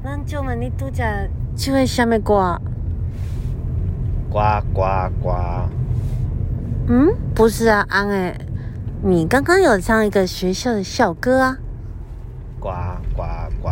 咱少年你拄则唱的什么歌？ 呱呱呱！ 不是啊，安诶，你刚刚有唱一个学校的校歌啊。 呱呱呱！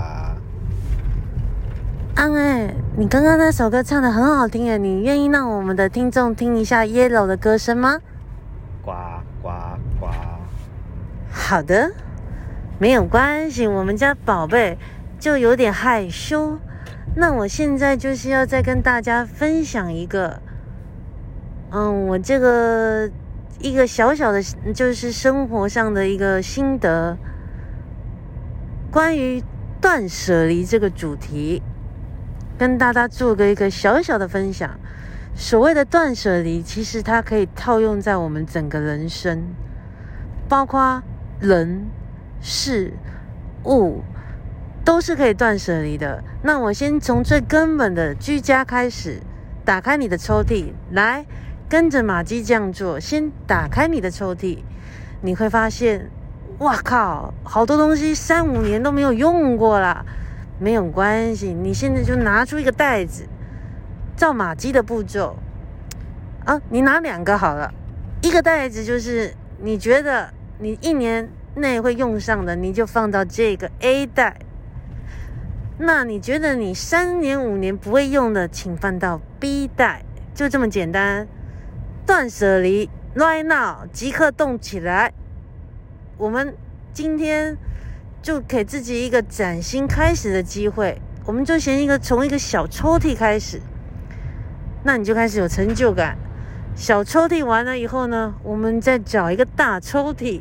安诶，你刚刚那首歌唱得很好听诶，你愿意让我们的听众听一下 Yellow 的歌声吗？ 呱呱呱！ 好的，没有关系，我们家宝贝就有点害羞。那我现在就是要再跟大家分享一个，我这个一个小小的，就是生活上的一个心得，关于断舍离这个主题，跟大家做一个小小的分享。所谓的断舍离，其实它可以套用在我们整个人生，包括人、事、物，都是可以断舍离的。那我先从最根本的居家开始，打开你的抽屉，来跟着马基这样做。先打开你的抽屉，你会发现，哇靠，好多东西3-5年都没有用过啦。没有关系，你现在就拿出一个袋子，照马基的步骤啊，你拿2个好了。一个袋子就是你觉得你1年内会用上的，你就放到这个 A 袋。那你觉得你3年5年不会用的，请放到 B 袋，就这么简单。断舍离 right now， 即刻动起来。我们今天就给自己一个崭新开始的机会，我们就先从一个小抽屉开始，那你就开始有成就感。小抽屉完了以后呢，我们再找一个大抽屉。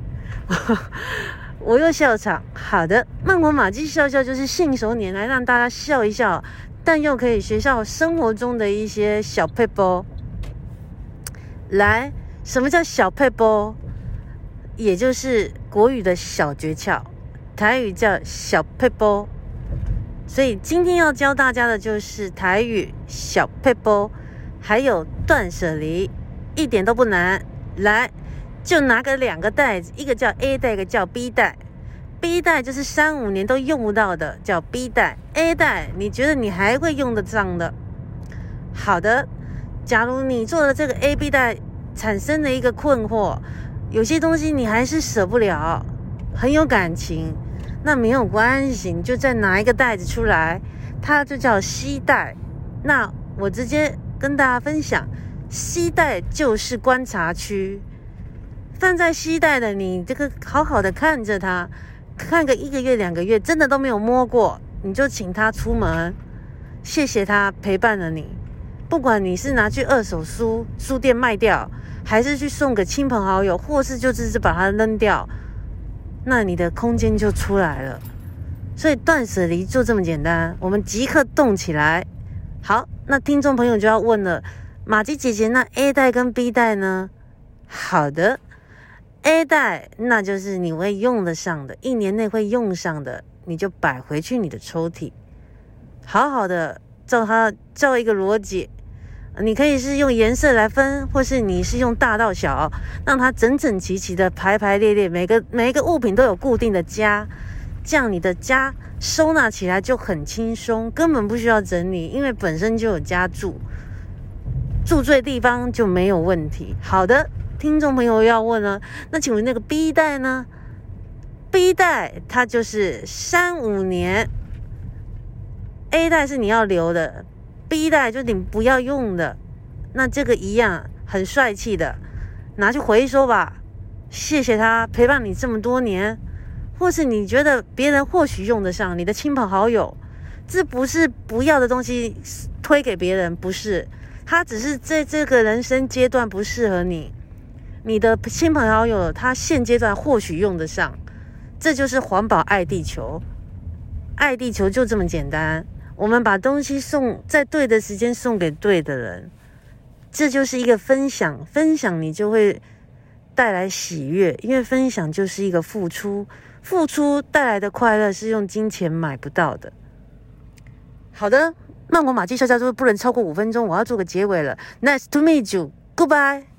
我又笑场。好的，曼谷马基笑笑就是信手拈来，让大家笑一笑，但又可以学到生活中的一些小撇步。来，什么叫小撇步？也就是国语的小诀窍，台语叫小撇步。所以今天要教大家的就是台语小撇步，还有断舍离，一点都不难。来，就拿个2个袋子，一个叫 A 袋，一个叫 B 袋。B 袋就是3-5年都用不到的，叫 B 袋。A 袋你觉得你还会用得上的。好的，假如你做了这个 A、B 袋产生了一个困惑，有些东西你还是舍不了，很有感情，那没有关系，你就再拿一个袋子出来，它就叫 C 袋。那我直接跟大家分享， C 袋就是观察区。放在C袋的你，这个好好的看着它，看个1个月2个月，真的都没有摸过，你就请他出门，谢谢他陪伴了你。不管你是拿去二手书店卖掉，还是去送给亲朋好友，或是就只是把它扔掉，那你的空间就出来了。所以断舍离就这么简单，我们即刻动起来。好，那听众朋友就要问了，马基姐姐，那 A 袋跟 B 袋呢？好的，A 袋那就是你会用得上的，1年内会用上的，你就摆回去你的抽屉，好好的照一个逻辑。你可以是用颜色来分，或是你是用大到小，让它整整齐齐的排排列列，每一个物品都有固定的家，这样你的家收纳起来就很轻松，根本不需要整理，因为本身就有家住对地方就没有问题。好的，听众朋友要问了，那请问那个 B 袋呢？ B 袋它就是3-5年， A 袋是你要留的， B 袋就是你不要用的。那这个一样很帅气的拿去回收吧，谢谢他陪伴你这么多年。或是你觉得别人或许用得上，你的亲朋好友，这不是不要的东西推给别人，不是，他只是在这个人生阶段不适合你，你的亲朋好友他现阶段或许用得上。这就是环保爱地球，爱地球就这么简单。我们把东西送在对的时间送给对的人，这就是一个分享，分享你就会带来喜悦，因为分享就是一个付出，付出带来的快乐是用金钱买不到的。好的，曼谷马基笑笑说不能超过5分钟，我要做个结尾了。Nice to meet you, goodbye.